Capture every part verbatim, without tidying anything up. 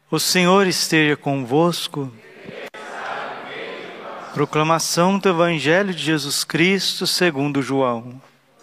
O Senhor esteja convosco. Proclamação do Evangelho de Jesus Cristo segundo João.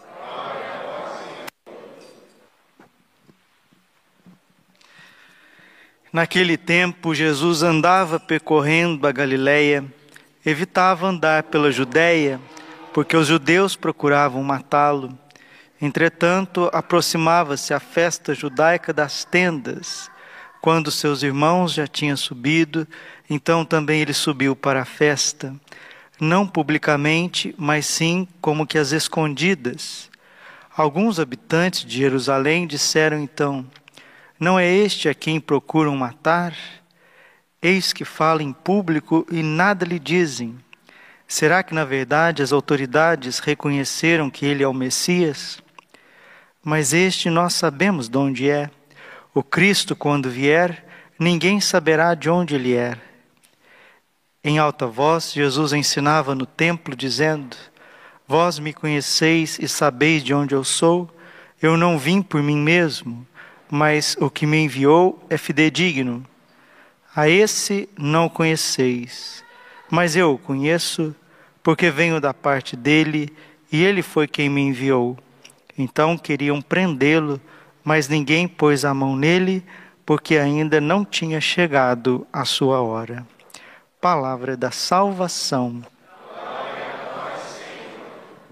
Naquele tempo, Jesus andava percorrendo a Galileia, evitava andar pela Judéia, porque os judeus procuravam matá-lo. Entretanto, aproximava-se a festa judaica das tendas. Quando seus irmãos já tinham subido, então também ele subiu para a festa, não publicamente, mas sim como que às escondidas. Alguns habitantes de Jerusalém disseram então: não é este a quem procuram matar? Eis que fala em público e nada lhe dizem. Será que na verdade as autoridades reconheceram que ele é o Messias? Mas este nós sabemos de onde é. O Cristo, quando vier, ninguém saberá de onde ele é. Em alta voz, Jesus ensinava no templo, dizendo: vós me conheceis e sabeis de onde eu sou. Eu não vim por mim mesmo, mas o que me enviou é fidedigno. A esse não o conheceis, mas eu o conheço, porque venho da parte dele, e ele foi quem me enviou. Então queriam prendê-lo, mas ninguém pôs a mão nele, porque ainda não tinha chegado a sua hora. Palavra da salvação. Glória a vós, Senhor.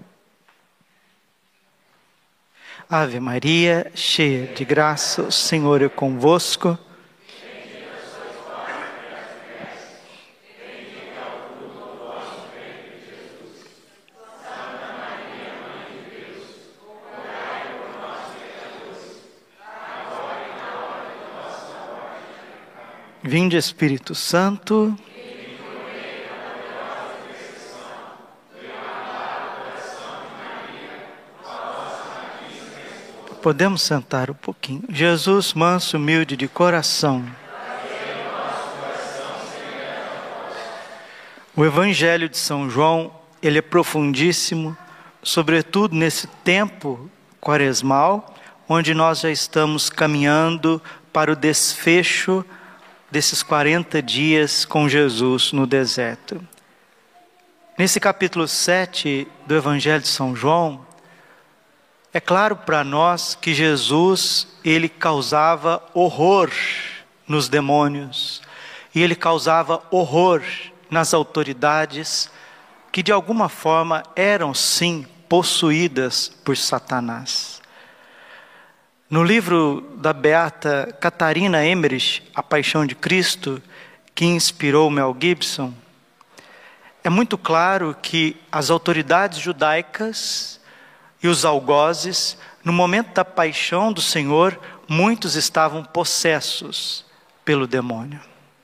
Ave Maria, cheia de graça, o Senhor é convosco. Bendita sois vós entre as mulheres, e bendito é o fruto do vosso ventre, Jesus. Santa Maria, Mãe de Deus, rogai por nós, pecadores, agora e na hora de nossa morte. Amém. Vinde, Espírito Santo. Podemos sentar um pouquinho. Jesus, manso, humilde de coração. O Evangelho de São João, ele é profundíssimo, sobretudo nesse tempo quaresmal, onde nós já estamos caminhando para o desfecho desses quarenta dias com Jesus no deserto. Nesse capítulo sete do Evangelho de São João, é claro para nós que Jesus, ele causava horror nos demônios, e ele causava horror nas autoridades, que de alguma forma eram sim possuídas por Satanás. No livro da beata Catarina Emmerich, A Paixão de Cristo, que inspirou Mel Gibson, é muito claro que as autoridades judaicas e os algozes, no momento da paixão do Senhor, muitos estavam possessos pelo demônio.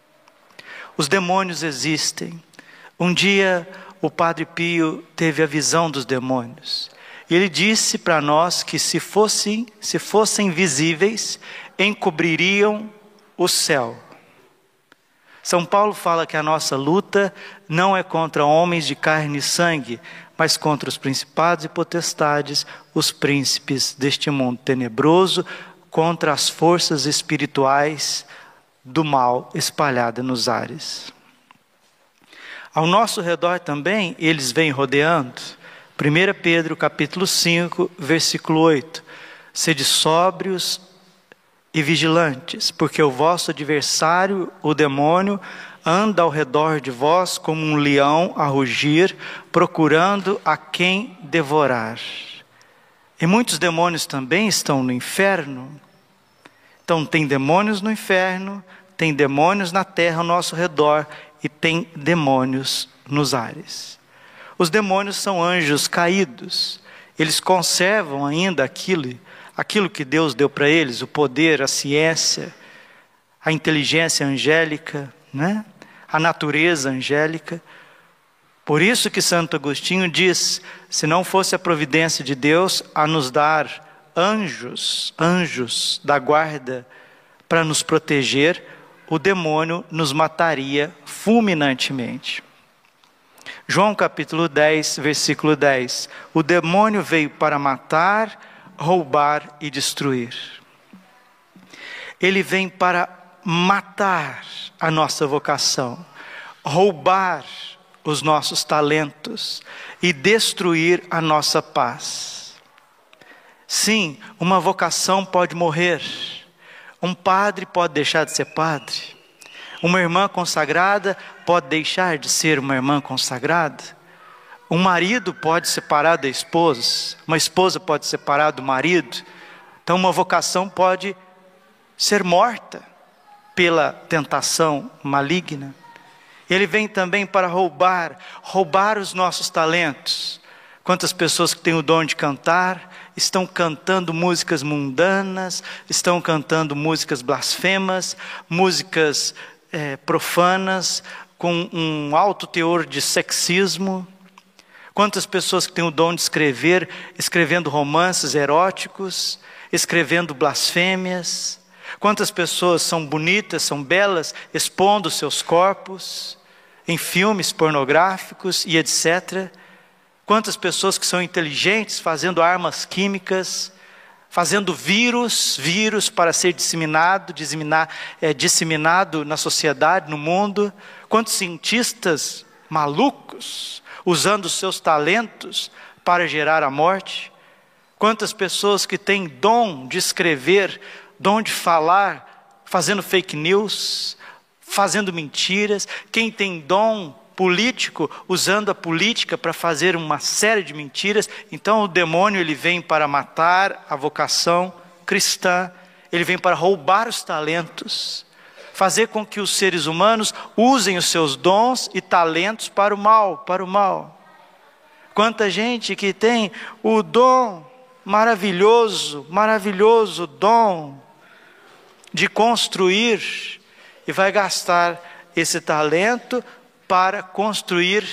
Os demônios existem. Um dia o Padre Pio teve a visão dos demônios. E ele disse para nós que se fossem, se fossem visíveis, encobririam o céu. São Paulo fala que a nossa luta não é contra homens de carne e sangue, mas contra os principados e potestades, os príncipes deste mundo tenebroso, contra as forças espirituais do mal espalhadas nos ares. Ao nosso redor também, eles vêm rodeando. primeira Pedro, capítulo cinco, versículo oito. Sede sóbrios e vigilantes, porque o vosso adversário, o demônio, anda ao redor de vós como um leão a rugir, procurando a quem devorar. E muitos demônios também estão no inferno. Então tem demônios no inferno, tem demônios na terra ao nosso redor e tem demônios nos ares. Os demônios são anjos caídos. Eles conservam ainda aquilo, aquilo que Deus deu para eles, o poder, a ciência, a inteligência angélica, né? A natureza angélica. Por isso que Santo Agostinho diz: se não fosse a providência de Deus a nos dar anjos, anjos da guarda para nos proteger, o demônio nos mataria fulminantemente. João capítulo dez, versículo dez. O demônio veio para matar, roubar e destruir. Ele vem para matar a nossa vocação, roubar os nossos talentos e destruir a nossa paz. Sim, uma vocação pode morrer. Um padre pode deixar de ser padre. Uma irmã consagrada pode deixar de ser uma irmã consagrada. Um marido pode separar da esposa. Uma esposa pode separar do marido. Então uma vocação pode ser morta pela tentação maligna. Ele vem também para roubar, roubar os nossos talentos. Quantas pessoas que têm o dom de cantar, estão cantando músicas mundanas, estão cantando músicas blasfemas, músicas é, profanas, com um alto teor de sexismo. Quantas pessoas que têm o dom de escrever, escrevendo romances eróticos, escrevendo blasfêmias. Quantas pessoas são bonitas, são belas, expondo seus corpos em filmes pornográficos e etcétera. Quantas pessoas que são inteligentes, fazendo armas químicas, fazendo vírus, vírus para ser disseminado, disseminar, é, disseminado na sociedade, no mundo. Quantos cientistas malucos, usando os seus talentos para gerar a morte. Quantas pessoas que têm dom de escrever, dom de falar, fazendo fake news, fazendo mentiras. Quem tem dom político, usando a política para fazer uma série de mentiras. Então o demônio ele vem para matar a vocação cristã, ele vem para roubar os talentos, fazer com que os seres humanos usem os seus dons e talentos para o mal, para o mal. Quanta gente que tem o dom maravilhoso, maravilhoso dom de construir e vai gastar esse talento para construir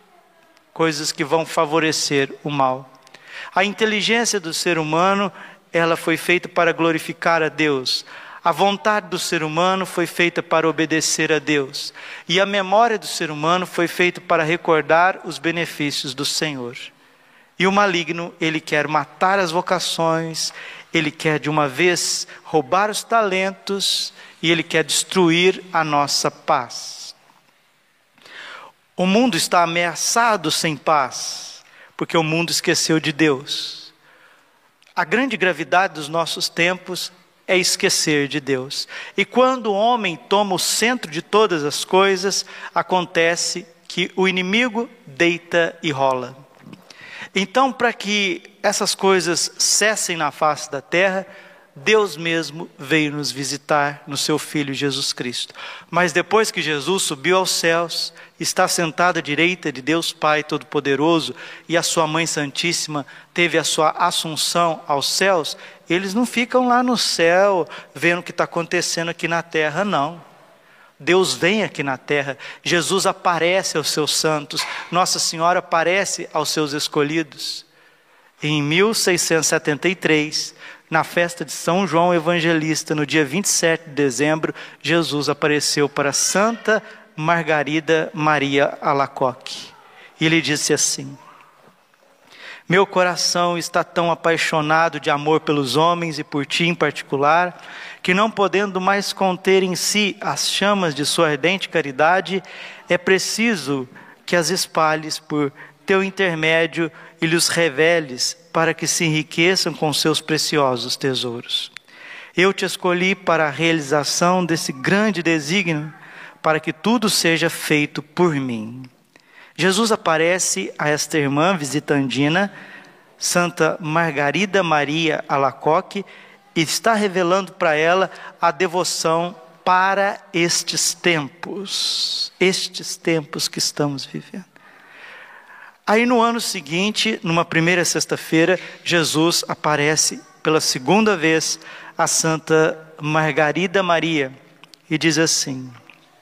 coisas que vão favorecer o mal. A inteligência do ser humano, ela foi feita para glorificar a Deus. A vontade do ser humano foi feita para obedecer a Deus. E a memória do ser humano foi feita para recordar os benefícios do Senhor. E o maligno, ele quer matar as vocações, ele quer de uma vez roubar os talentos e ele quer destruir a nossa paz. O mundo está ameaçado sem paz, porque o mundo esqueceu de Deus. A grande gravidade dos nossos tempos é esquecer de Deus. E quando o homem toma o centro de todas as coisas, acontece que o inimigo deita e rola. Então, para que essas coisas cessem na face da terra, Deus mesmo veio nos visitar no seu Filho Jesus Cristo. Mas depois que Jesus subiu aos céus, está sentado à direita de Deus Pai Todo-Poderoso, e a sua Mãe Santíssima teve a sua assunção aos céus, eles não ficam lá no céu vendo o que está acontecendo aqui na terra, não. Deus vem aqui na terra, Jesus aparece aos seus santos, Nossa Senhora aparece aos seus escolhidos. Em mil seiscentos e setenta e três, na festa de São João Evangelista, no dia vinte e sete de dezembro, Jesus apareceu para Santa Margarida Maria Alacoque. E ele disse assim: meu coração está tão apaixonado de amor pelos homens e por ti em particular, que não podendo mais conter em si as chamas de sua ardente caridade, é preciso que as espalhes por teu intermédio e lhes reveles, para que se enriqueçam com seus preciosos tesouros. Eu te escolhi para a realização desse grande desígnio, para que tudo seja feito por mim. Jesus aparece a esta irmã visitandina, Santa Margarida Maria Alacoque, e está revelando para ela a devoção para estes tempos, estes tempos que estamos vivendo. Aí no ano seguinte, numa primeira sexta-feira, Jesus aparece pela segunda vez a Santa Margarida Maria e diz assim,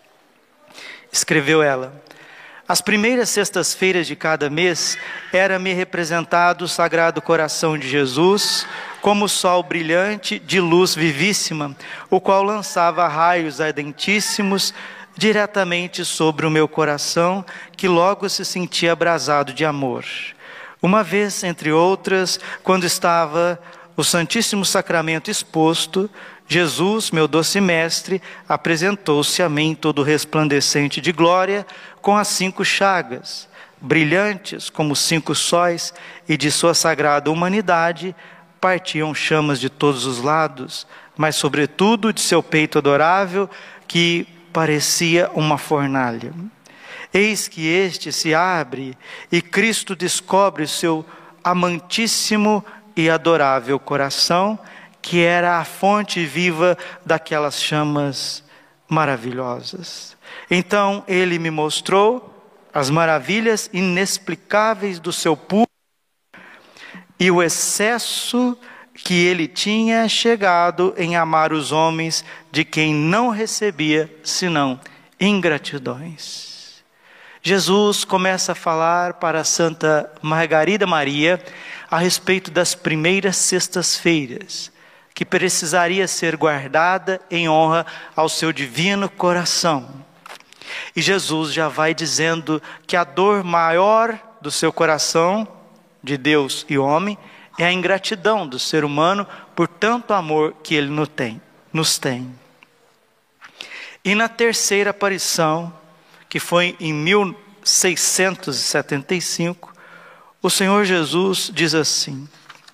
escreveu ela: as primeiras sextas-feiras de cada mês era-me representado o Sagrado Coração de Jesus como sol brilhante de luz vivíssima, o qual lançava raios ardentíssimos diretamente sobre o meu coração, que logo se sentia abrasado de amor. Uma vez, entre outras, quando estava o Santíssimo Sacramento exposto, Jesus, meu doce mestre, apresentou-se a mim todo resplandecente de glória, com as cinco chagas, brilhantes como cinco sóis, e de sua sagrada humanidade partiam chamas de todos os lados, mas sobretudo de seu peito adorável, que parecia uma fornalha. Eis que este se abre, e Cristo descobre seu amantíssimo e adorável coração, que era a fonte viva daquelas chamas maravilhosas. Então ele me mostrou as maravilhas inexplicáveis do seu puro e o excesso que ele tinha chegado em amar os homens, de quem não recebia senão ingratidões. Jesus começa a falar para Santa Margarida Maria a respeito das primeiras sextas-feiras, que precisaria ser guardada em honra ao seu divino coração. E Jesus já vai dizendo que a dor maior do seu coração, de Deus e homem, é a ingratidão do ser humano por tanto amor que ele nos tem. Nos tem. E na terceira aparição, que foi em mil seiscentos e setenta e cinco, o Senhor Jesus diz assim: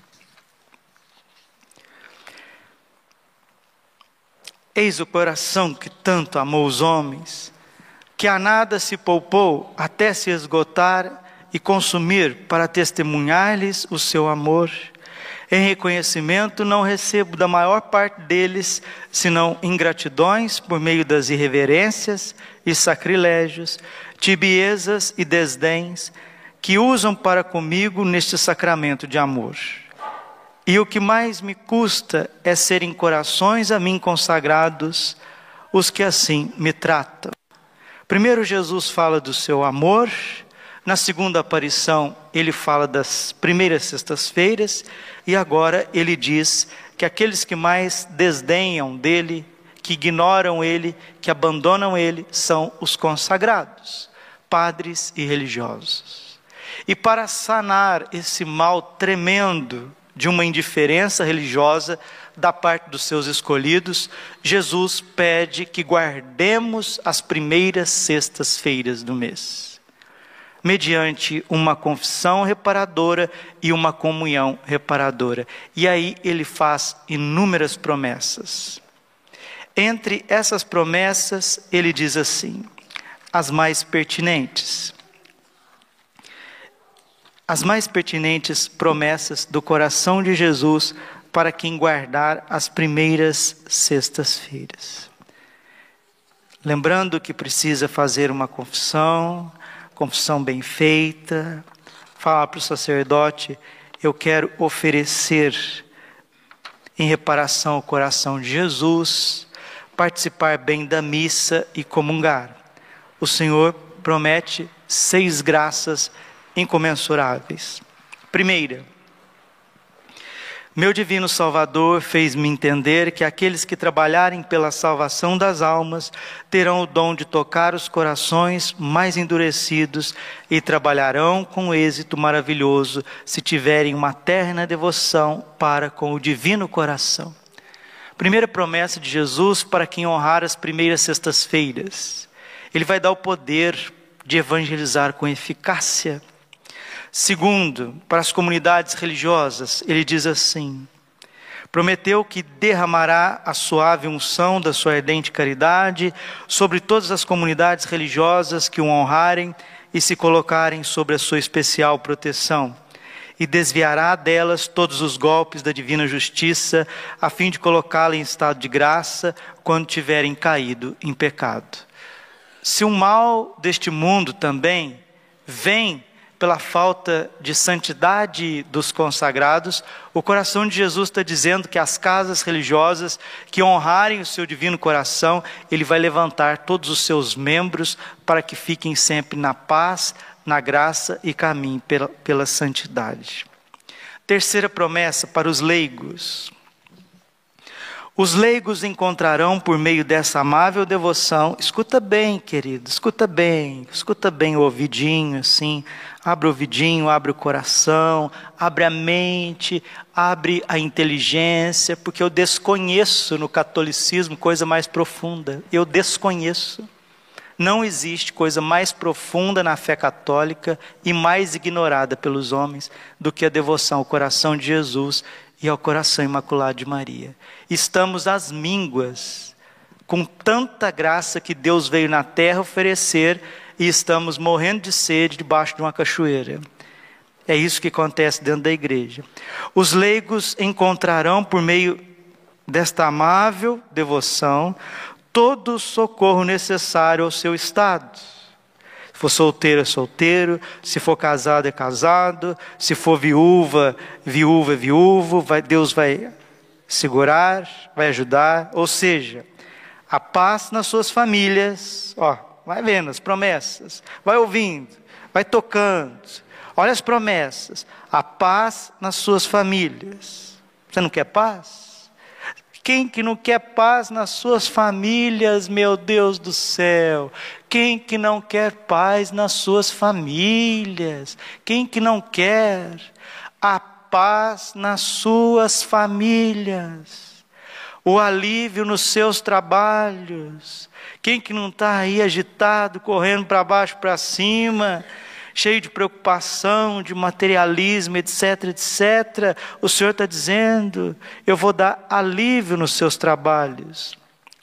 eis o coração que tanto amou os homens, que a nada se poupou até se esgotar e consumir para testemunhar-lhes o seu amor. Em reconhecimento não recebo da maior parte deles, senão ingratidões por meio das irreverências e sacrilégios, tibiezas e desdéns, que usam para comigo neste sacramento de amor. E o que mais me custa é serem corações a mim consagrados, os que assim me tratam. Primeiro Jesus fala do seu amor. Na segunda aparição, ele fala das primeiras sextas-feiras, e agora ele diz que aqueles que mais desdenham dele, que ignoram ele, que abandonam ele, são os consagrados, padres e religiosos. E para sanar esse mal tremendo de uma indiferença religiosa da parte dos seus escolhidos, Jesus pede que guardemos as primeiras sextas-feiras do mês, mediante uma confissão reparadora e uma comunhão reparadora. E aí ele faz inúmeras promessas. Entre essas promessas, ele diz assim, as mais pertinentes. As mais pertinentes promessas do coração de Jesus para quem guardar as primeiras sextas-feiras. Lembrando que precisa fazer uma confissão, confissão bem feita, falar para o sacerdote, eu quero oferecer em reparação ao coração de Jesus, participar bem da missa e comungar. O Senhor promete seis graças incomensuráveis. Primeira, meu divino Salvador fez-me entender que aqueles que trabalharem pela salvação das almas terão o dom de tocar os corações mais endurecidos e trabalharão com êxito maravilhoso se tiverem uma terna devoção para com o divino coração. Primeira promessa de Jesus para quem honrar as primeiras sextas-feiras. Ele vai dar o poder de evangelizar com eficácia. Segundo, para as comunidades religiosas, ele diz assim, prometeu que derramará a suave unção da sua ardente caridade sobre todas as comunidades religiosas que o honrarem e se colocarem sobre a sua especial proteção, e desviará delas todos os golpes da divina justiça, a fim de colocá-la em estado de graça quando tiverem caído em pecado. Se o mal deste mundo também vem pela falta de santidade dos consagrados, o coração de Jesus está dizendo que as casas religiosas que honrarem o seu divino coração, ele vai levantar todos os seus membros para que fiquem sempre na paz, na graça e caminhem pela, pela santidade. Terceira promessa para os leigos. Os leigos encontrarão por meio dessa amável devoção, escuta bem, querido, escuta bem, escuta bem o ouvidinho, assim, abre o ouvidinho, abre o coração, abre a mente, abre a inteligência, porque eu desconheço no catolicismo coisa mais profunda, eu desconheço. Não existe coisa mais profunda na fé católica e mais ignorada pelos homens do que a devoção ao coração de Jesus e ao coração imaculado de Maria. Estamos às mínguas, com tanta graça que Deus veio na terra oferecer, e estamos morrendo de sede debaixo de uma cachoeira. É isso que acontece dentro da igreja. Os leigos encontrarão por meio desta amável devoção todo o socorro necessário ao seu estado. Se for solteiro, é solteiro. Se for casado, é casado. Se for viúva, viúva é viúvo. Vai, Deus vai segurar, vai ajudar. Ou seja, a paz nas suas famílias. Ó, vai vendo as promessas. Vai ouvindo, vai tocando. Olha as promessas. A paz nas suas famílias. Você não quer paz? Quem que não quer paz nas suas famílias, meu Deus do céu? Quem que não quer paz nas suas famílias? Quem que não quer a paz nas suas famílias? O alívio nos seus trabalhos? Quem que não está aí agitado, correndo para baixo, para cima, cheio de preocupação, de materialismo, etc, etcétera. O Senhor está dizendo, eu vou dar alívio nos seus trabalhos.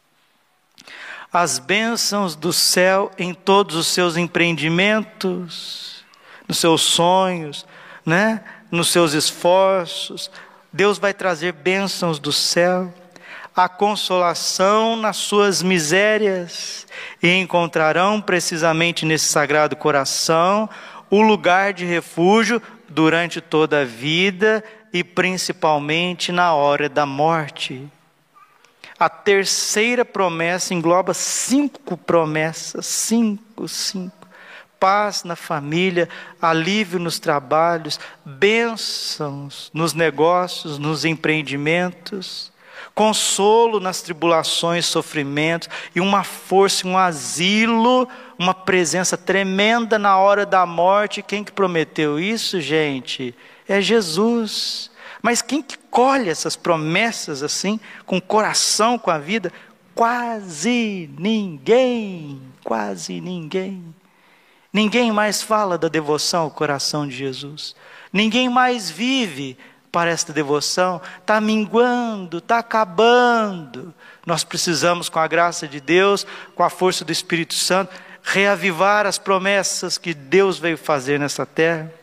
As bênçãos do céu em todos os seus empreendimentos, nos seus sonhos, né? Nos seus esforços. Deus vai trazer bênçãos do céu. A consolação nas suas misérias, e encontrarão precisamente nesse sagrado coração o lugar de refúgio durante toda a vida e principalmente na hora da morte. A terceira promessa engloba cinco promessas, cinco, cinco. Paz na família, alívio nos trabalhos, bênçãos nos negócios, nos empreendimentos, consolo nas tribulações, sofrimentos, e uma força, um asilo, uma presença tremenda na hora da morte. Quem que prometeu isso, gente? É Jesus. Mas quem que colhe essas promessas assim, com o coração, com a vida? Quase ninguém, quase ninguém. Ninguém mais fala da devoção ao coração de Jesus. Ninguém mais vive para esta devoção. Está minguando, está acabando. Nós precisamos, com a graça de Deus, com a força do Espírito Santo, reavivar as promessas que Deus veio fazer nessa terra.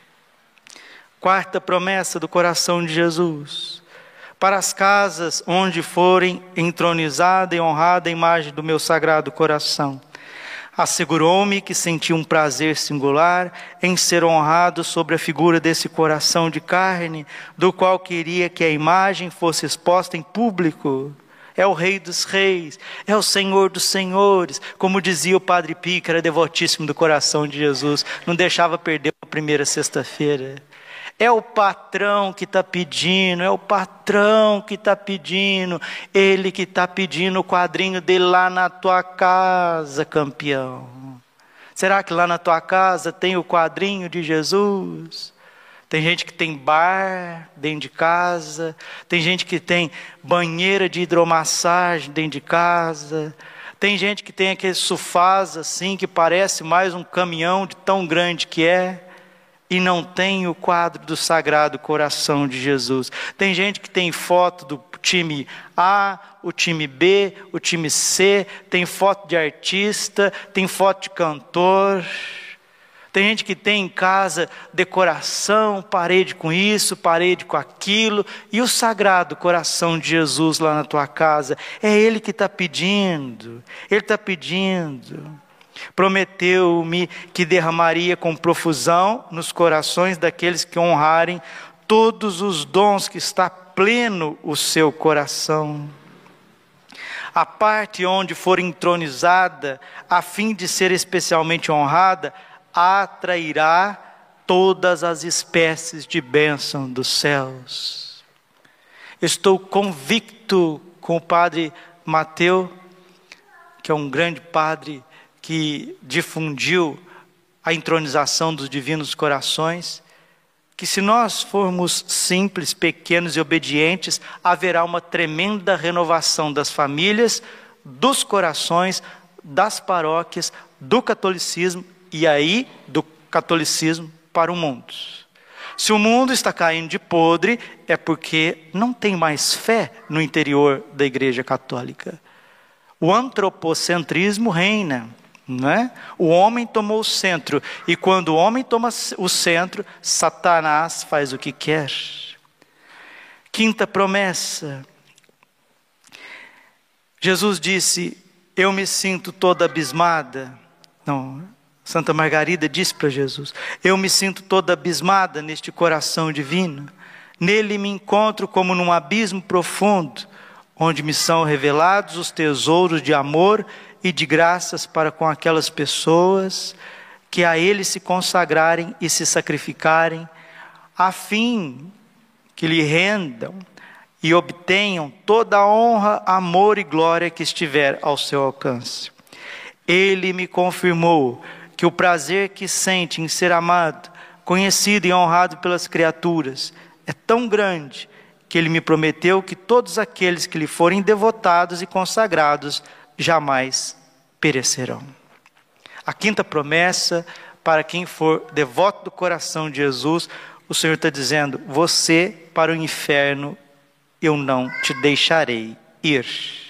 Quarta promessa do coração de Jesus: para as casas onde forem entronizada e honrada a imagem do meu sagrado coração. Assegurou-me que sentia um prazer singular em ser honrado sobre a figura desse coração de carne, do qual queria que a imagem fosse exposta em público. É o Rei dos Reis, é o Senhor dos Senhores, como dizia o Padre Pio, que era devotíssimo do coração de Jesus, não deixava perder a primeira sexta-feira. É o patrão que está pedindo, é o patrão que está pedindo, ele que está pedindo o quadrinho dele lá na tua casa, campeão. Será que lá na tua casa tem o quadrinho de Jesus? Tem gente que tem bar dentro de casa, tem gente que tem banheira de hidromassagem dentro de casa, tem gente que tem aqueles sofás assim, que parece mais um caminhão de tão grande que é. E não tem o quadro do Sagrado Coração de Jesus. Tem gente que tem foto do time A, o time B, o time C, tem foto de artista, tem foto de cantor. Tem gente que tem em casa decoração, parede com isso, parede com aquilo. E o Sagrado Coração de Jesus lá na tua casa, é Ele que está pedindo, Ele está pedindo. Prometeu-me que derramaria com profusão nos corações daqueles que honrarem todos os dons que está pleno o seu coração. A parte onde for entronizada, a fim de ser especialmente honrada, atrairá todas as espécies de bênção dos céus. Estou convicto com o padre Mateu, que é um grande padre que difundiu a entronização dos divinos corações, que se nós formos simples, pequenos e obedientes, haverá uma tremenda renovação das famílias, dos corações, das paróquias, do catolicismo e aí do catolicismo para o mundo. Se o mundo está caindo de podre, é porque não tem mais fé no interior da Igreja Católica. O antropocentrismo reina, não é? O homem tomou o centro, e quando o homem toma o centro, Satanás faz o que quer. Quinta promessa. Jesus disse: eu me sinto toda abismada. Não, Santa Margarida disse para Jesus: eu me sinto toda abismada neste coração divino. Nele me encontro como num abismo profundo, onde me são revelados os tesouros de amor e de graças para com aquelas pessoas que a Ele se consagrarem e se sacrificarem, a fim que lhe rendam e obtenham toda a honra, amor e glória que estiver ao seu alcance. Ele me confirmou que o prazer que sente em ser amado, conhecido e honrado pelas criaturas, é tão grande que Ele me prometeu que todos aqueles que lhe forem devotados e consagrados jamais perecerão. A quinta promessa, para quem for devoto do coração de Jesus, o Senhor está dizendo: você para o inferno eu não te deixarei ir.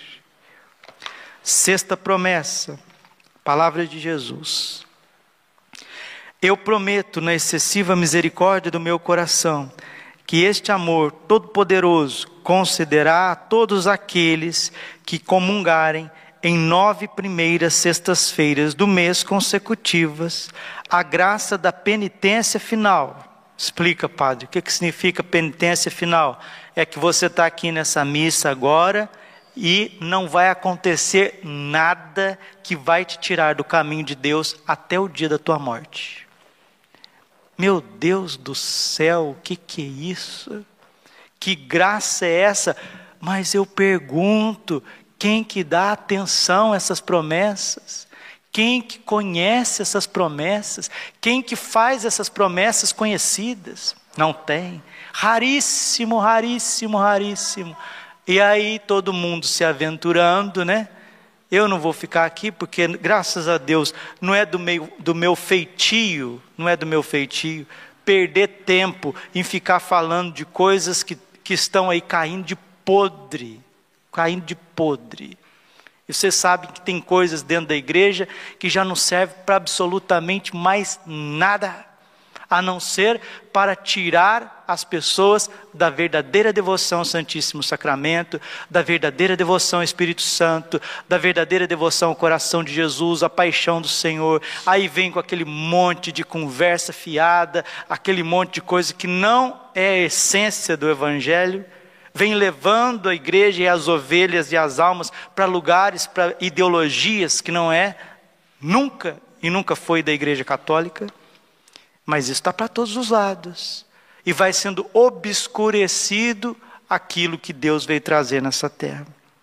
Sexta promessa, palavra de Jesus: eu prometo na excessiva misericórdia do meu coração que este amor todo-poderoso concederá a todos aqueles que comungarem em nove primeiras sextas-feiras do mês consecutivas a graça da penitência final. Explica, padre, o que, que significa penitência final? É que você está aqui nessa missa agora e não vai acontecer nada que vai te tirar do caminho de Deus até o dia da tua morte. Meu Deus do céu, o que, que é isso? Que graça é essa? Mas eu pergunto, quem que dá atenção a essas promessas? Quem que conhece essas promessas? Quem que faz essas promessas conhecidas? Não tem. Raríssimo, raríssimo, raríssimo. E aí todo mundo se aventurando, né? Eu não vou ficar aqui porque, graças a Deus, não é do meu, do meu feitio, não é do meu feitio, perder tempo em ficar falando de coisas que, que estão aí caindo de podre, caindo de podre. E você sabe que tem coisas dentro da igreja que já não servem para absolutamente mais nada, a não ser para tirar as pessoas da verdadeira devoção ao Santíssimo Sacramento, da verdadeira devoção ao Espírito Santo, da verdadeira devoção ao coração de Jesus, à paixão do Senhor. Aí vem com aquele monte de conversa fiada, aquele monte de coisa que não é a essência do Evangelho, vem levando a igreja e as ovelhas e as almas para lugares, para ideologias que não é, nunca e nunca foi da Igreja Católica. Mas isso está para todos os lados. E vai sendo obscurecido aquilo que Deus veio trazer nessa terra.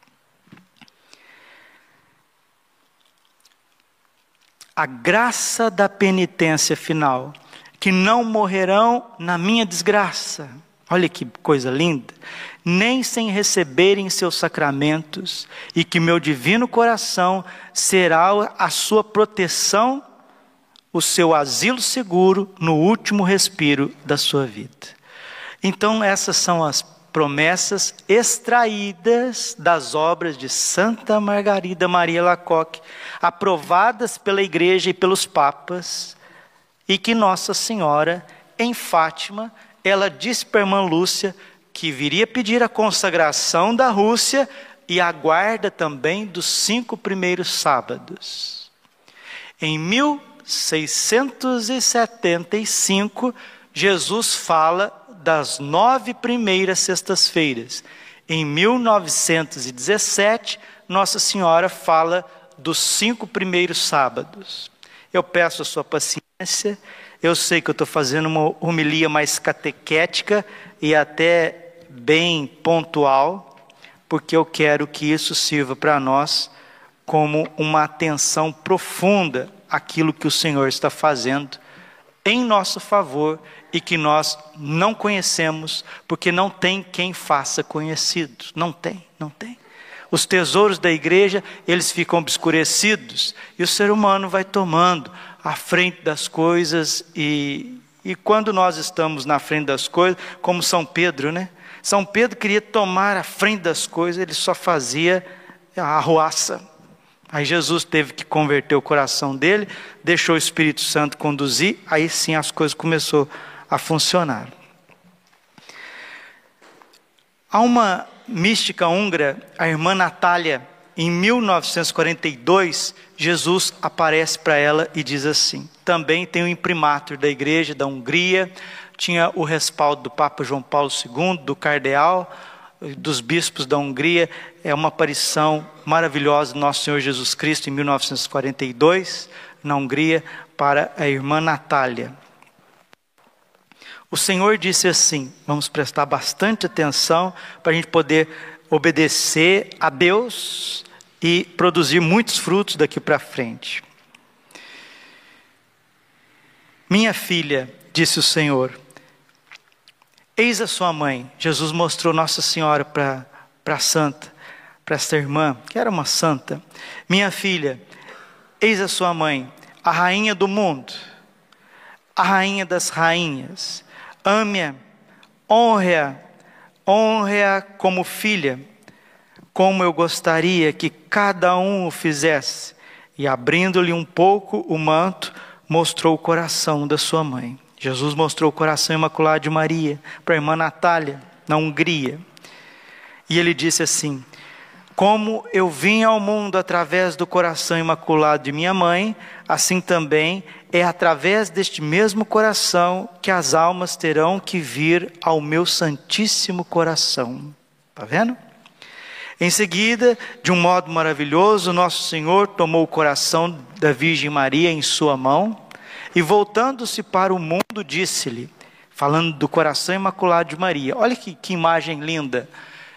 A graça da penitência final, que não morrerão na minha desgraça. Olha que coisa linda. Nem sem receberem seus sacramentos, e que meu divino coração será a sua proteção, o seu asilo seguro no último respiro da sua vida. Então essas são as promessas extraídas das obras de Santa Margarida Maria Alacoque, aprovadas pela igreja e pelos papas, e que Nossa Senhora, em Fátima, ela disse para a irmã Lúcia que viria pedir a consagração da Rússia e a guarda também dos cinco primeiros sábados. Em mil seiscentos e setenta e cinco, Jesus fala das nove primeiras sextas-feiras. Em mil novecentos e dezessete, Nossa Senhora fala dos cinco primeiros sábados. Eu peço a sua paciência, eu sei que eu estou fazendo uma homilia mais catequética e até bem pontual, porque eu quero que isso sirva para nós como uma atenção profunda àquilo que o Senhor está fazendo em nosso favor e que nós não conhecemos, porque não tem quem faça conhecido. Não tem, não tem. Os tesouros da igreja, eles ficam obscurecidos e o ser humano vai tomando a frente das coisas e, e quando nós estamos na frente das coisas, como São Pedro, né? São Pedro queria tomar a frente das coisas, ele só fazia a arruaça. Aí Jesus teve que converter o coração dele, deixou o Espírito Santo conduzir, aí sim as coisas começaram a funcionar. Há uma mística húngara, a irmã Natália, em mil novecentos e quarenta e dois, Jesus aparece para ela e diz assim, também tem o imprimatur da igreja da Hungria, tinha o respaldo do Papa João Paulo segundo, do cardeal, dos bispos da Hungria, é uma aparição maravilhosa do nosso Senhor Jesus Cristo em mil novecentos e quarenta e dois, na Hungria, para a irmã Natália. O Senhor disse assim, vamos prestar bastante atenção para a gente poder obedecer a Deus e produzir muitos frutos daqui para frente. Minha filha, disse o Senhor, eis a sua mãe. Jesus mostrou Nossa Senhora para a santa, para essa irmã, que era uma santa. Minha filha, eis a sua mãe, a rainha do mundo, a rainha das rainhas. Ame-a, honre-a, honre-a como filha, como eu gostaria que cada um o fizesse. E abrindo-lhe um pouco o manto, mostrou o coração da sua mãe. Jesus mostrou o coração imaculado de Maria para a irmã Natália, na Hungria. E ele disse assim, como eu vim ao mundo através do coração imaculado de minha mãe, assim também é através deste mesmo coração que as almas terão que vir ao meu santíssimo coração. Está vendo? Em seguida, de um modo maravilhoso, nosso Senhor tomou o coração da Virgem Maria em sua mão, e voltando-se para o mundo, disse-lhe, falando do coração imaculado de Maria, olha que, que imagem linda,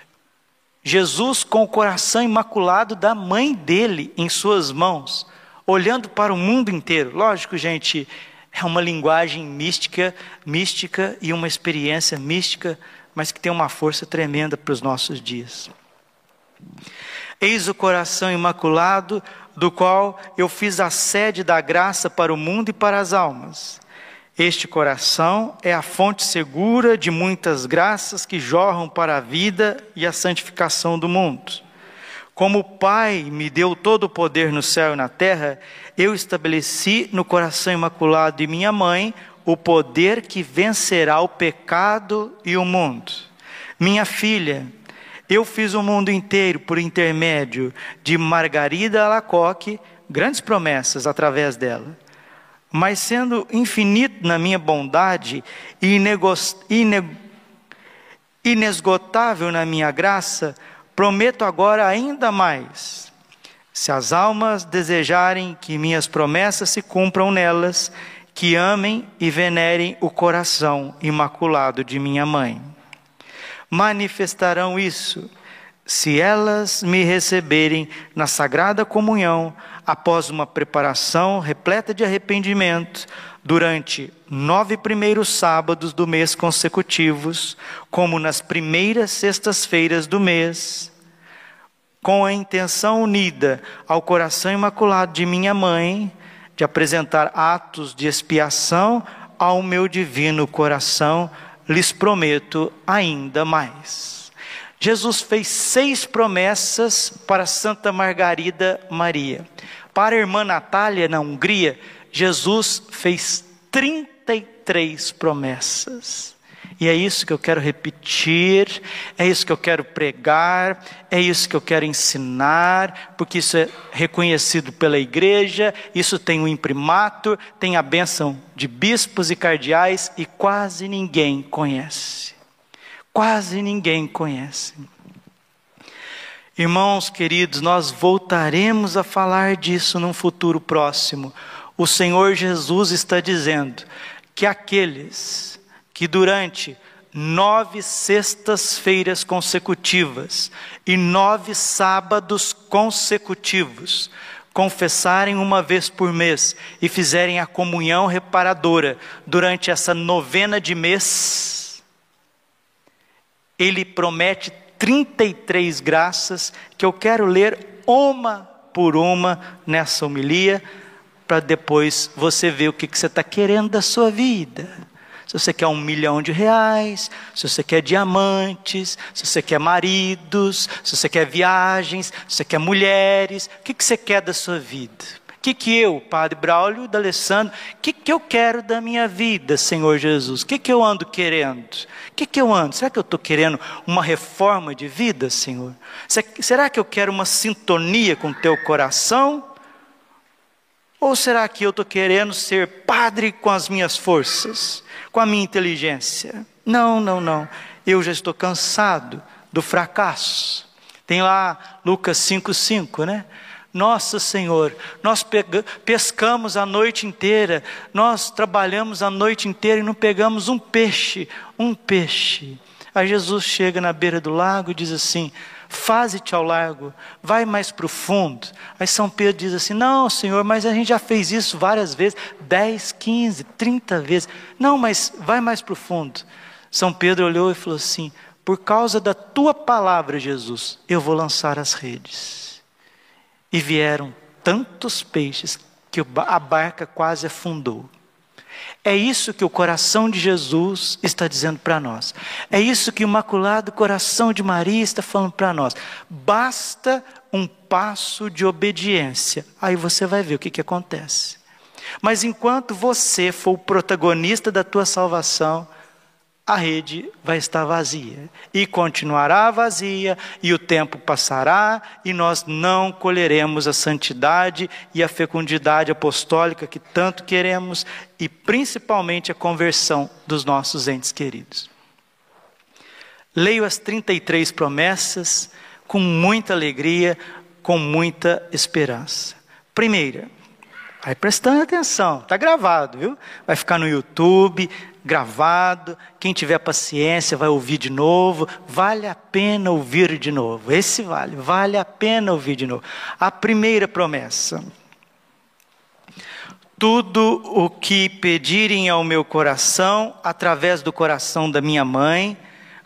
Jesus com o coração imaculado da mãe dele em suas mãos, olhando para o mundo inteiro. Lógico, gente, é uma linguagem mística, mística e uma experiência mística, mas que tem uma força tremenda para os nossos dias. Eis o coração imaculado, do qual eu fiz a sede da graça para o mundo e para as almas. Este coração é a fonte segura de muitas graças que jorram para a vida e a santificação do mundo. Como o Pai me deu todo o poder no céu e na terra, eu estabeleci no coração imaculado de minha mãe o poder que vencerá o pecado e o mundo. Minha filha, eu fiz o mundo inteiro por intermédio de Margarida Alacoque, grandes promessas através dela. Mas sendo infinito na minha bondade e inesgotável na minha graça, prometo agora ainda mais. Se as almas desejarem que minhas promessas se cumpram nelas, que amem e venerem o coração imaculado de minha mãe. Manifestarão isso, se elas me receberem na Sagrada Comunhão, após uma preparação repleta de arrependimento, durante nove primeiros sábados do mês consecutivos, como nas primeiras sextas-feiras do mês, com a intenção unida ao coração imaculado de minha mãe, de apresentar atos de expiação ao meu divino coração, lhes prometo ainda mais. Jesus fez seis promessas para Santa Margarida Maria. Para a irmã Natália, na Hungria, Jesus fez trinta e três promessas. E é isso que eu quero repetir, é isso que eu quero pregar, é isso que eu quero ensinar, porque isso é reconhecido pela igreja, isso tem um imprimatur, tem a bênção de bispos e cardeais e quase ninguém conhece. Quase ninguém conhece. Irmãos queridos, nós voltaremos a falar disso num futuro próximo. O Senhor Jesus está dizendo que aqueles que durante nove sextas-feiras consecutivas e nove sábados consecutivos, confessarem uma vez por mês e fizerem a comunhão reparadora durante essa novena de mês, ele promete trinta e três graças que eu quero ler uma por uma nessa homilia, para depois você ver o que, que você está querendo da sua vida. Se você quer um milhão de reais, se você quer diamantes, se você quer maridos, se você quer viagens, se você quer mulheres, o que, que você quer da sua vida? O que, que eu, Padre Braulio e D'Alessandro, o que, que eu quero da minha vida, Senhor Jesus? O que, que eu ando querendo? O que, que eu ando? Será que eu estou querendo uma reforma de vida, Senhor? Será que eu quero uma sintonia com o teu coração? Ou será que eu estou querendo ser padre com as minhas forças, com a minha inteligência? Não, não, não. Eu já estou cansado do fracasso. Tem lá Lucas cinco, cinco, né? Nossa, Senhor, nós pega, pescamos a noite inteira, nós trabalhamos a noite inteira e não pegamos um peixe, um peixe. Aí Jesus chega na beira do lago e diz assim: faze-te ao largo, vai mais para o fundo. Aí São Pedro diz assim: não, Senhor, mas a gente já fez isso várias vezes, dez, quinze, trinta vezes. Não, mas vai mais para o fundo. São Pedro olhou e falou assim: por causa da tua palavra, Jesus, eu vou lançar as redes. E vieram tantos peixes que a barca quase afundou. É isso que o coração de Jesus está dizendo para nós. É isso que o Imaculado Coração de Maria está falando para nós. Basta um passo de obediência. Aí você vai ver o que, que acontece. Mas enquanto você for o protagonista da tua salvação, a rede vai estar vazia. E continuará vazia, e o tempo passará, e nós não colheremos a santidade e a fecundidade apostólica que tanto queremos, e principalmente a conversão dos nossos entes queridos. Leio as trinta e três promessas com muita alegria, com muita esperança. Primeira, vai prestando atenção, está gravado, viu? Vai ficar no YouTube, gravado, quem tiver paciência vai ouvir de novo, vale a pena ouvir de novo, esse vale, vale a pena ouvir de novo. A primeira promessa: tudo o que pedirem ao meu coração, através do coração da minha mãe,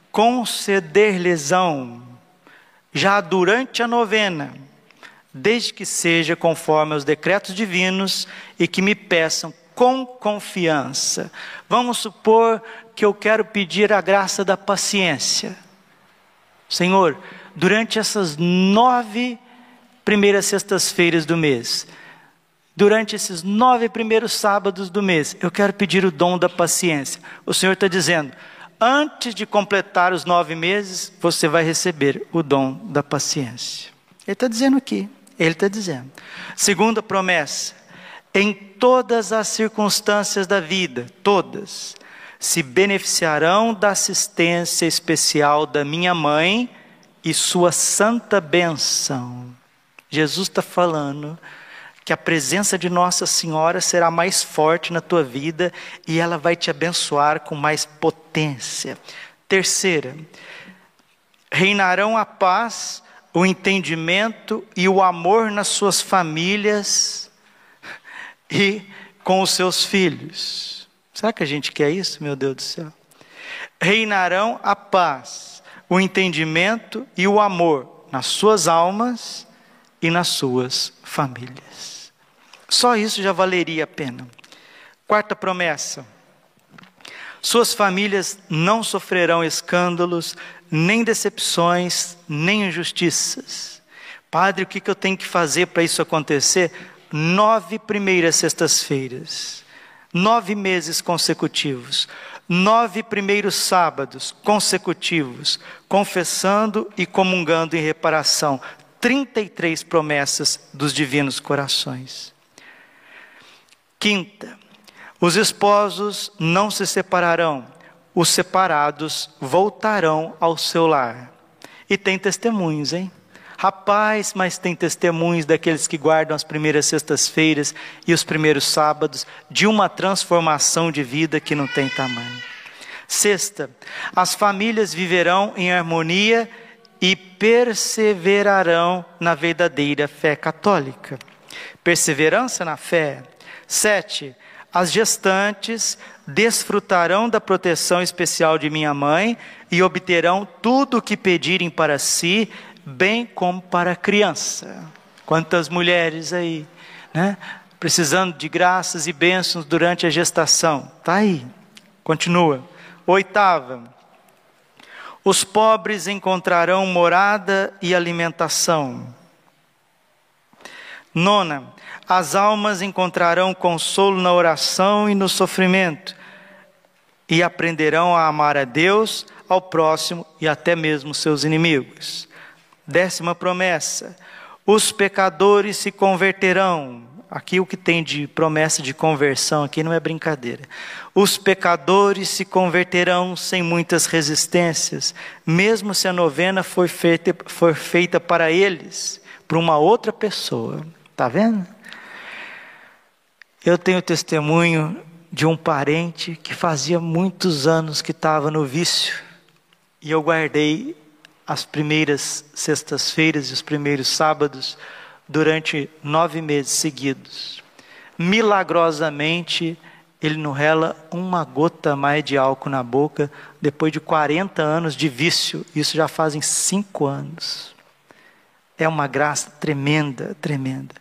conceder-lhes-ão, já durante a novena, desde que seja conforme aos decretos divinos e que me peçam com confiança. Vamos supor que eu quero pedir a graça da paciência. Senhor, durante essas nove primeiras sextas-feiras do mês, durante esses nove primeiros sábados do mês, eu quero pedir o dom da paciência. O Senhor está dizendo: antes de completar os nove meses, você vai receber o dom da paciência. Ele está dizendo aqui, ele está dizendo. Segunda promessa: em todas as circunstâncias da vida, todas, se beneficiarão da assistência especial da minha mãe e sua santa bênção. Jesus está falando que a presença de Nossa Senhora será mais forte na tua vida e ela vai te abençoar com mais potência. Terceira, reinarão a paz, o entendimento e o amor nas suas famílias e com os seus filhos. Será que a gente quer isso, meu Deus do céu? Reinarão a paz, o entendimento e o amor nas suas almas e nas suas famílias. Só isso já valeria a pena. Quarta promessa: suas famílias não sofrerão escândalos, nem decepções, nem injustiças. Padre, o que eu tenho que fazer para isso acontecer? Nove primeiras sextas-feiras, nove meses consecutivos, nove primeiros sábados consecutivos, confessando e comungando em reparação. trinta e três promessas dos divinos corações. Quinta, os esposos não se separarão, os separados voltarão ao seu lar. E tem testemunhos, hein? Rapaz, mas tem testemunhos daqueles que guardam as primeiras sextas-feiras e os primeiros sábados, de uma transformação de vida que não tem tamanho. Sexta, as famílias viverão em harmonia e perseverarão na verdadeira fé católica. Perseverança na fé. Sete, as gestantes desfrutarão da proteção especial de minha mãe e obterão tudo o que pedirem para si, bem como para a criança. Quantas mulheres aí, né? Precisando de graças e bênçãos durante a gestação. Está aí. Continua. Oitava, os pobres encontrarão morada e alimentação. Nona, as almas encontrarão consolo na oração e no sofrimento, e aprenderão a amar a Deus, ao próximo e até mesmo seus inimigos. Décima promessa, os pecadores se converterão. Aqui o que tem de promessa de conversão aqui não é brincadeira. Os pecadores se converterão sem muitas resistências, mesmo se a novena for feita, for feita para eles, para uma outra pessoa. Está vendo? Eu tenho testemunho de um parente que fazia muitos anos que estava no vício, e eu guardei as primeiras sextas-feiras e os primeiros sábados durante nove meses seguidos. Milagrosamente, ele não rela uma gota mais de álcool na boca, depois de quarenta anos de vício. Isso já fazem cinco anos. É uma graça tremenda, tremenda.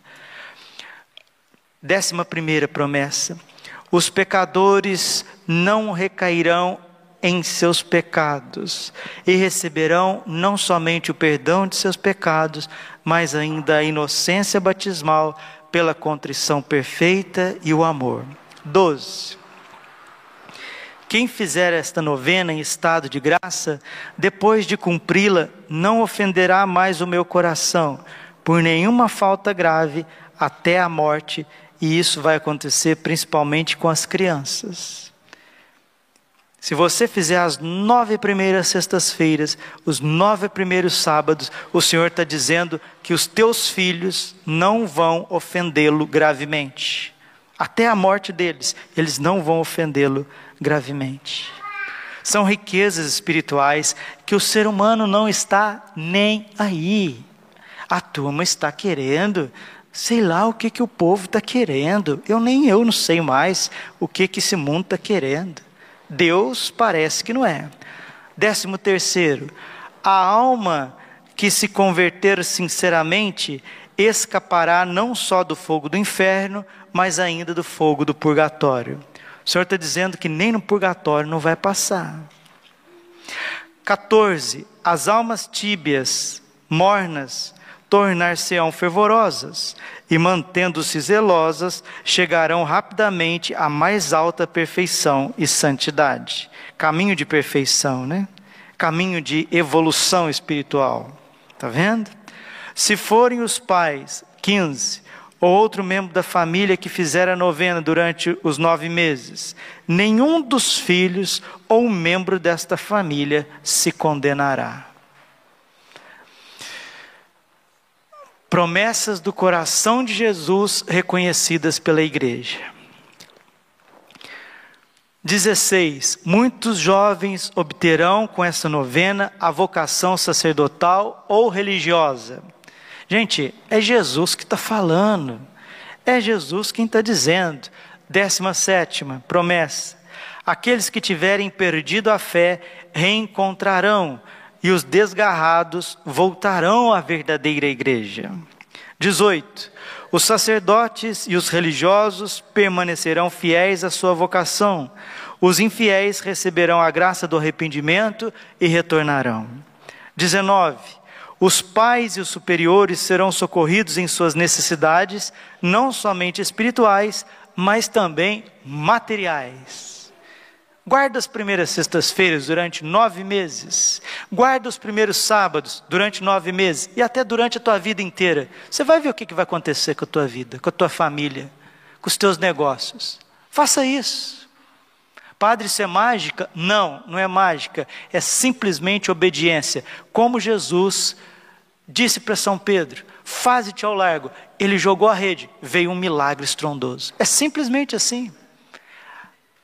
Décima primeira promessa. Os pecadores não recairão em seus pecados, e receberão não somente o perdão de seus pecados, mas ainda a inocência batismal pela contrição perfeita e o amor. Doze. Quem fizer esta novena em estado de graça, depois de cumpri-la, não ofenderá mais o meu coração, por nenhuma falta grave, até a morte, e isso vai acontecer principalmente com as crianças. Se você fizer as nove primeiras sextas-feiras, os nove primeiros sábados, o Senhor está dizendo que os teus filhos não vão ofendê-lo gravemente. Até a morte deles, eles não vão ofendê-lo gravemente. São riquezas espirituais que o ser humano não está nem aí. A turma está querendo, sei lá o que, que o povo está querendo. Eu nem eu não sei mais o que, que esse mundo está querendo. Deus parece que não é. Décimo terceiro, a alma que se converter sinceramente escapará não só do fogo do inferno, mas ainda do fogo do purgatório. O Senhor está dizendo que nem no purgatório não vai passar. quatorze, as almas tíbias, mornas, tornar-se-ão fervorosas, e mantendo-se zelosas, chegarão rapidamente à mais alta perfeição e santidade. Caminho de perfeição, né? Caminho de evolução espiritual. Está vendo? Se forem os pais, quinze, ou outro membro da família que fizer a novena durante os nove meses, nenhum dos filhos ou membro desta família se condenará. Promessas do coração de Jesus reconhecidas pela igreja. dezesseis. Muitos jovens obterão com essa novena a vocação sacerdotal ou religiosa. Gente, é Jesus que está falando. É Jesus quem está dizendo. Décima sétima promessa. Aqueles que tiverem perdido a fé reencontrarão, e os desgarrados voltarão à verdadeira igreja. dezoito. Os sacerdotes e os religiosos permanecerão fiéis à sua vocação. Os infiéis receberão a graça do arrependimento e retornarão. dezenove. Os pais e os superiores serão socorridos em suas necessidades, não somente espirituais, mas também materiais. Guarda as primeiras sextas-feiras durante nove meses. Guarda os primeiros sábados durante nove meses. E até durante a tua vida inteira. Você vai ver o que vai acontecer com a tua vida, com a tua família, com os teus negócios. Faça isso. Padre, isso é mágica? Não, não é mágica. É simplesmente obediência. Como Jesus disse para São Pedro, faze-te ao largo. Ele jogou a rede, veio um milagre estrondoso. É simplesmente assim.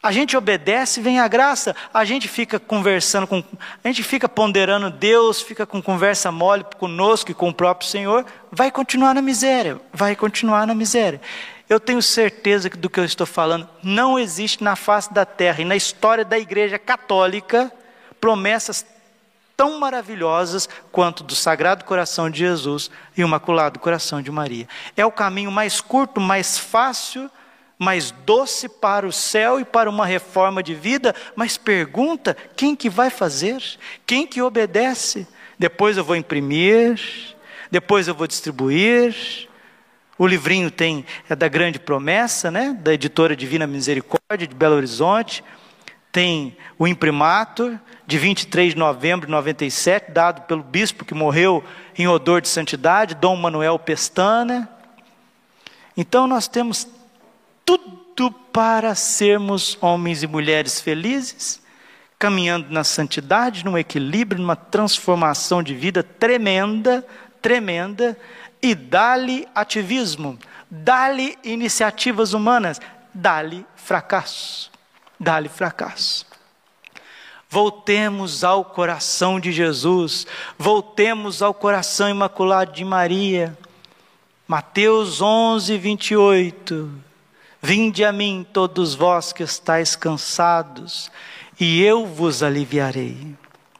A gente obedece, vem a graça. A gente fica conversando, com, a gente fica ponderando Deus, fica com conversa mole conosco e com o próprio Senhor, vai continuar na miséria, vai continuar na miséria. Eu tenho certeza que do que eu estou falando, não existe na face da terra e na história da Igreja Católica promessas tão maravilhosas quanto do Sagrado Coração de Jesus e o Imaculado Coração de Maria. É o caminho mais curto, mais fácil, mais doce para o céu e para uma reforma de vida, mas pergunta, quem que vai fazer? Quem que obedece? Depois eu vou imprimir, depois eu vou distribuir. O livrinho tem, é da Grande Promessa, né? Da editora Divina Misericórdia, de Belo Horizonte. Tem o imprimatur, de vinte e três de novembro de noventa e sete, dado pelo bispo que morreu em odor de santidade, Dom Manuel Pestana. Então nós temos tudo para sermos homens e mulheres felizes, caminhando na santidade, num equilíbrio, numa transformação de vida tremenda, tremenda, e dá-lhe ativismo, dá-lhe iniciativas humanas, dá-lhe fracasso, dá-lhe fracasso. Voltemos ao coração de Jesus, voltemos ao coração imaculado de Maria. Mateus onze, vinte e oito. Vinde a mim todos vós que estáis cansados, e eu vos aliviarei.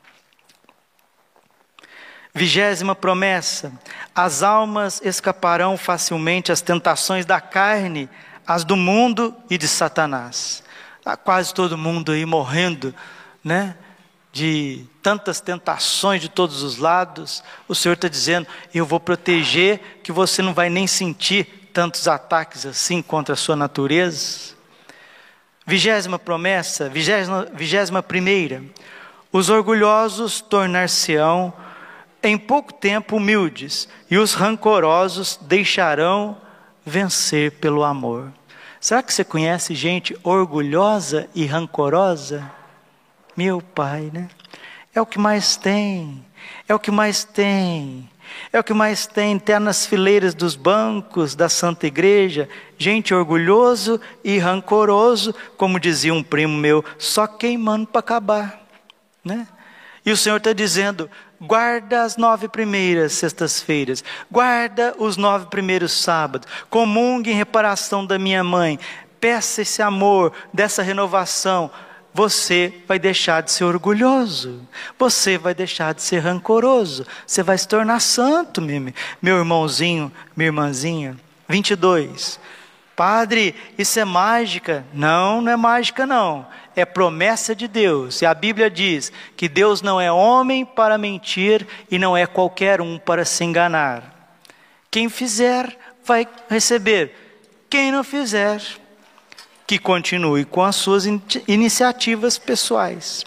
Vigésima promessa: as almas escaparão facilmente às tentações da carne, às do mundo e de Satanás. Está quase todo mundo aí morrendo, né? De tantas tentações de todos os lados. O Senhor está dizendo, eu vou proteger, que você não vai nem sentir tantos ataques assim contra a sua natureza. Vigésima promessa, vigésima, vigésima primeira: os orgulhosos tornar-se-ão em pouco tempo humildes, e os rancorosos deixarão vencer pelo amor. Será que você conhece gente orgulhosa e rancorosa? Meu Pai, né? É o que mais tem, é o que mais tem, é o que mais tem, até nas fileiras dos bancos da Santa Igreja, gente orgulhoso e rancoroso, como dizia um primo meu, só queimando para acabar, né? E o Senhor está dizendo, guarda as nove primeiras sextas-feiras, guarda os nove primeiros sábados, comungue em reparação da minha mãe, peça esse amor, dessa renovação. Você vai deixar de ser orgulhoso, você vai deixar de ser rancoroso, você vai se tornar santo, meu, meu irmãozinho, minha irmãzinha. vinte e dois, padre, isso é mágica? Não, não é mágica não, é promessa de Deus. E a Bíblia diz que Deus não é homem para mentir e não é qualquer um para se enganar. Quem fizer vai receber, quem não fizer, que continue com as suas in- iniciativas pessoais.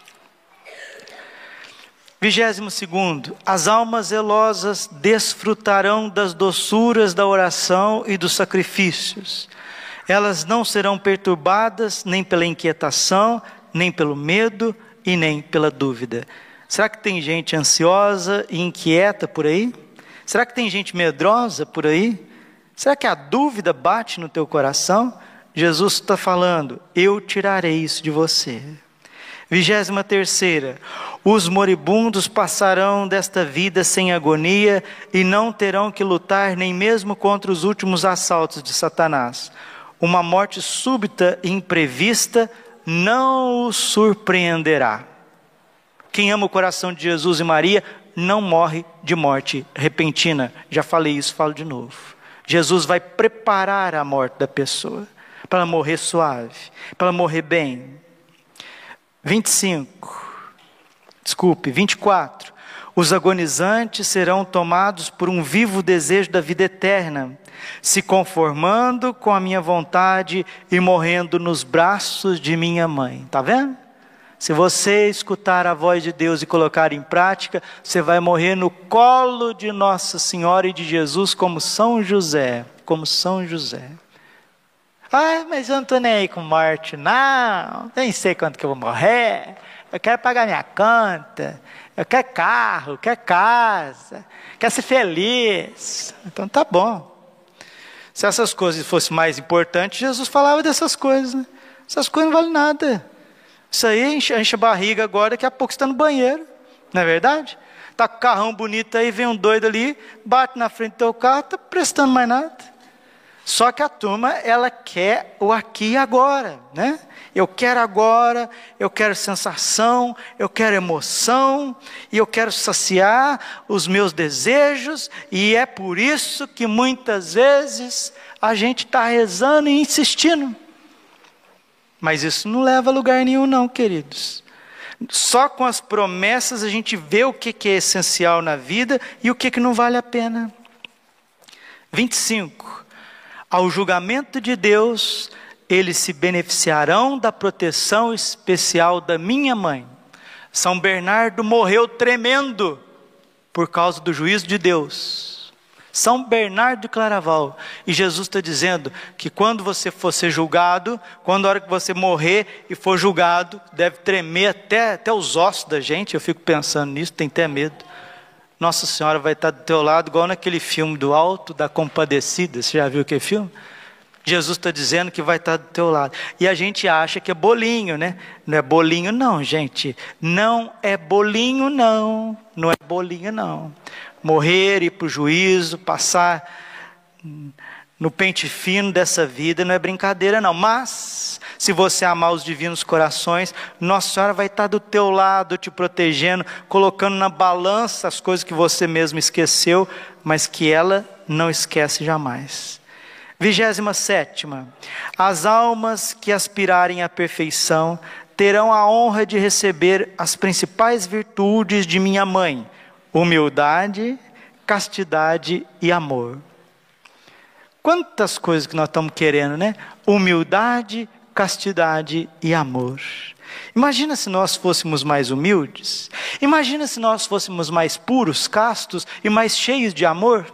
Vigésimo segundo, as almas zelosas desfrutarão das doçuras da oração e dos sacrifícios. Elas não serão perturbadas nem pela inquietação, nem pelo medo e nem pela dúvida. Será que tem gente ansiosa e inquieta por aí? Será que tem gente medrosa por aí? Será que a dúvida bate no teu coração? Jesus está falando, eu tirarei isso de você. Vigésima terceira, os moribundos passarão desta vida sem agonia e não terão que lutar nem mesmo contra os últimos assaltos de Satanás. Uma morte súbita e imprevista não os surpreenderá. Quem ama o coração de Jesus e Maria não morre de morte repentina. Já falei isso, falo de novo. Jesus vai preparar a morte da pessoa, para ela morrer suave, para ela morrer bem. vinte e cinco, desculpe, vinte e quatro. Os agonizantes serão tomados por um vivo desejo da vida eterna, se conformando com a minha vontade e morrendo nos braços de minha mãe. Está vendo? Se você escutar a voz de Deus e colocar em prática, você vai morrer no colo de Nossa Senhora e de Jesus como São José, como São José. Ah, mas eu não estou nem aí com morte, não, nem sei quanto que eu vou morrer, eu quero pagar minha conta, eu quero carro, eu quero casa, quero ser feliz. Então tá bom. Se essas coisas fossem mais importantes, Jesus falava dessas coisas, né? Essas coisas não valem nada. Isso aí enche, enche a barriga agora, daqui a pouco você está no banheiro. Não é verdade? Está com o carrão bonito aí, vem um doido ali, bate na frente do teu carro, está prestando mais nada. Só que a turma, ela quer o aqui e agora, né? Eu quero agora, eu quero sensação, eu quero emoção, e eu quero saciar os meus desejos, e é por isso que muitas vezes a gente está rezando e insistindo. Mas isso não leva a lugar nenhum não, queridos. Só com as promessas a gente vê o que é essencial na vida e o que não vale a pena. vinte e cinco. Ao julgamento de Deus, eles se beneficiarão da proteção especial da minha mãe. São Bernardo morreu tremendo por causa do juízo de Deus. São Bernardo de Claraval. E Jesus está dizendo que quando você for ser julgado, quando a hora que você morrer e for julgado, deve tremer até, até os ossos da gente. Eu fico pensando nisso, tenho até medo. Nossa Senhora vai estar do teu lado, igual naquele filme do Alto da Compadecida. Você já viu aquele filme? Jesus está dizendo que vai estar do teu lado. E a gente acha que é bolinho, né? Não é bolinho não, gente. Não é bolinho não. Não é bolinho não. Morrer, ir para o juízo, passar no pente fino dessa vida, não é brincadeira não. Mas, se você amar os divinos corações, Nossa Senhora vai estar do teu lado, te protegendo, colocando na balança as coisas que você mesmo esqueceu, mas que ela não esquece jamais. Vigésima sétima. As almas que aspirarem à perfeição terão a honra de receber as principais virtudes de minha mãe: humildade, castidade e amor. Quantas coisas que nós estamos querendo, né? Humildade, castidade e amor. Imagina se nós fôssemos mais humildes. Imagina se nós fôssemos mais puros, castos e mais cheios de amor.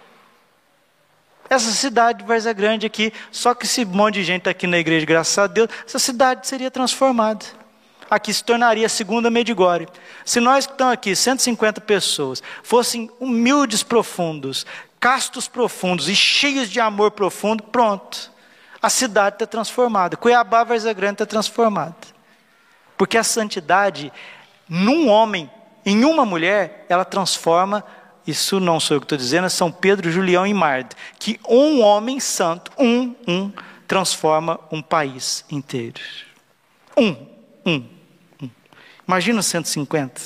Essa cidade de Várzea Grande aqui, só que esse monte de gente está aqui na igreja, graças a Deus, essa cidade seria transformada. Aqui se tornaria a segunda Medjugorje. Se nós que estamos aqui, cento e cinquenta pessoas, fossem humildes profundos, castos profundos e cheios de amor profundo, pronto. A cidade está transformada. Cuiabá, Várzea Grande está transformada. Porque a santidade, num homem, em uma mulher, ela transforma. Isso não sou eu que estou dizendo, é São Pedro, Julião e Marta. Que um homem santo, um, um, transforma um país inteiro. Um, um, um. Imagina os cento e cinquenta.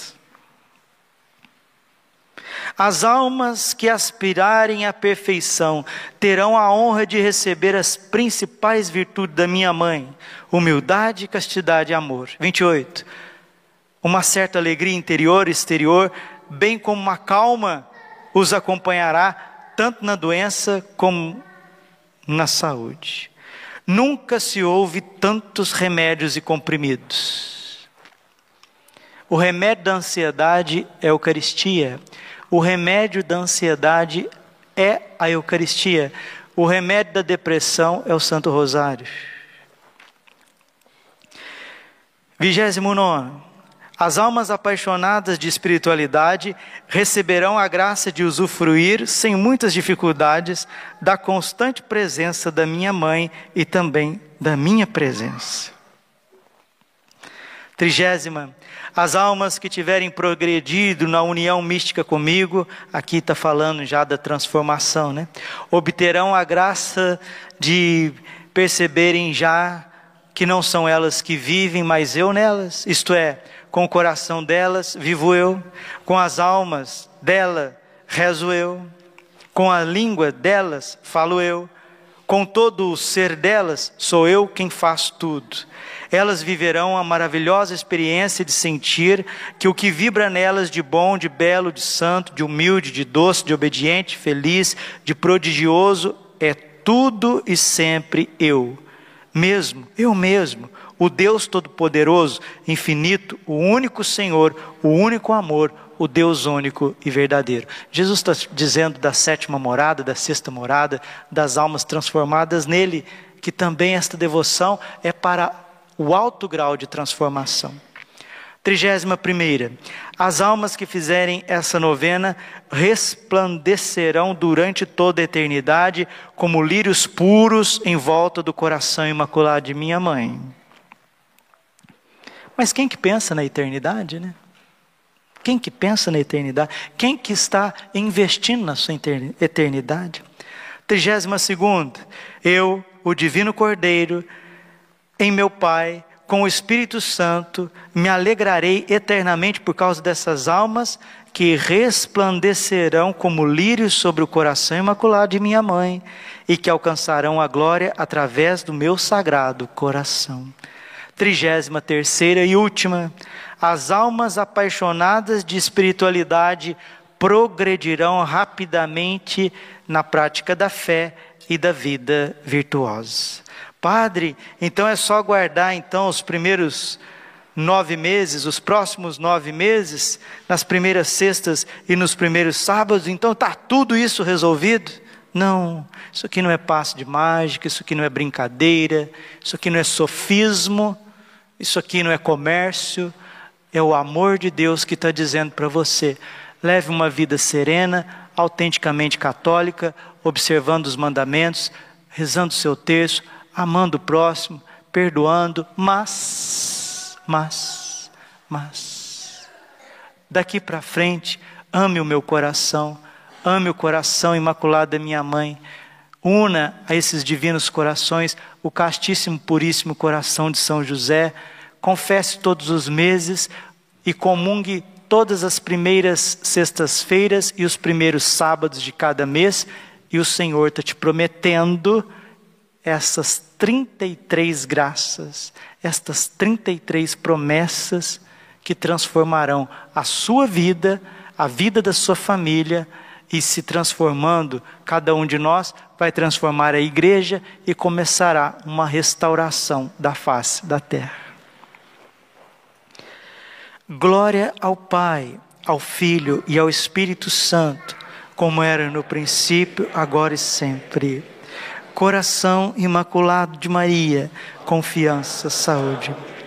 As almas que aspirarem à perfeição terão a honra de receber as principais virtudes da minha mãe: humildade, castidade e amor. vinte e oito. Uma certa alegria interior e exterior, bem como uma calma, os acompanhará tanto na doença como na saúde. Nunca se ouve tantos remédios e comprimidos. O remédio da ansiedade é a Eucaristia. O remédio da ansiedade é a Eucaristia. O remédio da depressão é o Santo Rosário. Vigésimo nono. As almas apaixonadas de espiritualidade receberão a graça de usufruir, sem muitas dificuldades, da constante presença da minha mãe e também da minha presença. Trigésima. As almas que tiverem progredido na união mística comigo, aqui está falando já da transformação, né? Obterão a graça de perceberem já que não são elas que vivem, mas eu nelas. Isto é, com o coração delas vivo eu, com as almas dela rezo eu, com a língua delas falo eu, com todo o ser delas sou eu quem faço tudo. Elas viverão a maravilhosa experiência de sentir que o que vibra nelas de bom, de belo, de santo, de humilde, de doce, de obediente, feliz, de prodigioso, é tudo e sempre eu. Mesmo, eu mesmo, o Deus Todo-Poderoso, infinito, o único Senhor, o único amor, o Deus único e verdadeiro. Jesus está dizendo da sétima morada, da sexta morada, das almas transformadas nele, que também esta devoção é para o alto grau de transformação. Trigésima primeira. As almas que fizerem essa novena resplandecerão durante toda a eternidade como lírios puros em volta do coração imaculado de minha mãe. Mas quem que pensa na eternidade, né? Quem que pensa na eternidade? Quem que está investindo na sua eternidade? Trigésima segunda, eu, o divino Cordeiro, em meu Pai, com o Espírito Santo, me alegrarei eternamente por causa dessas almas que resplandecerão como lírios sobre o coração imaculado de minha mãe e que alcançarão a glória através do meu sagrado coração. Trigésima terceira e última, as almas apaixonadas de espiritualidade progredirão rapidamente na prática da fé e da vida virtuosa. Padre, então é só aguardar então os primeiros nove meses, os próximos nove meses, nas primeiras sextas e nos primeiros sábados, então está tudo isso resolvido? Não, isso aqui não é passe de mágica, isso aqui não é brincadeira, isso aqui não é sofismo, isso aqui não é comércio, é o amor de Deus que está dizendo para você, leve uma vida serena, autenticamente católica, observando os mandamentos, rezando o seu terço, amando o próximo, perdoando, mas, mas, mas, daqui para frente, ame o meu coração, ame o coração imaculado da minha mãe, una a esses divinos corações o castíssimo, puríssimo coração de São José, confesse todos os meses e comungue todas as primeiras sextas-feiras e os primeiros sábados de cada mês, e o Senhor está te prometendo essas trinta e três graças, estas trinta e três promessas que transformarão a sua vida, a vida da sua família, e se transformando, cada um de nós vai transformar a igreja e começará uma restauração da face da terra. Glória ao Pai, ao Filho e ao Espírito Santo, como era no princípio, agora e sempre. Coração imaculado de Maria, confiança, saúde.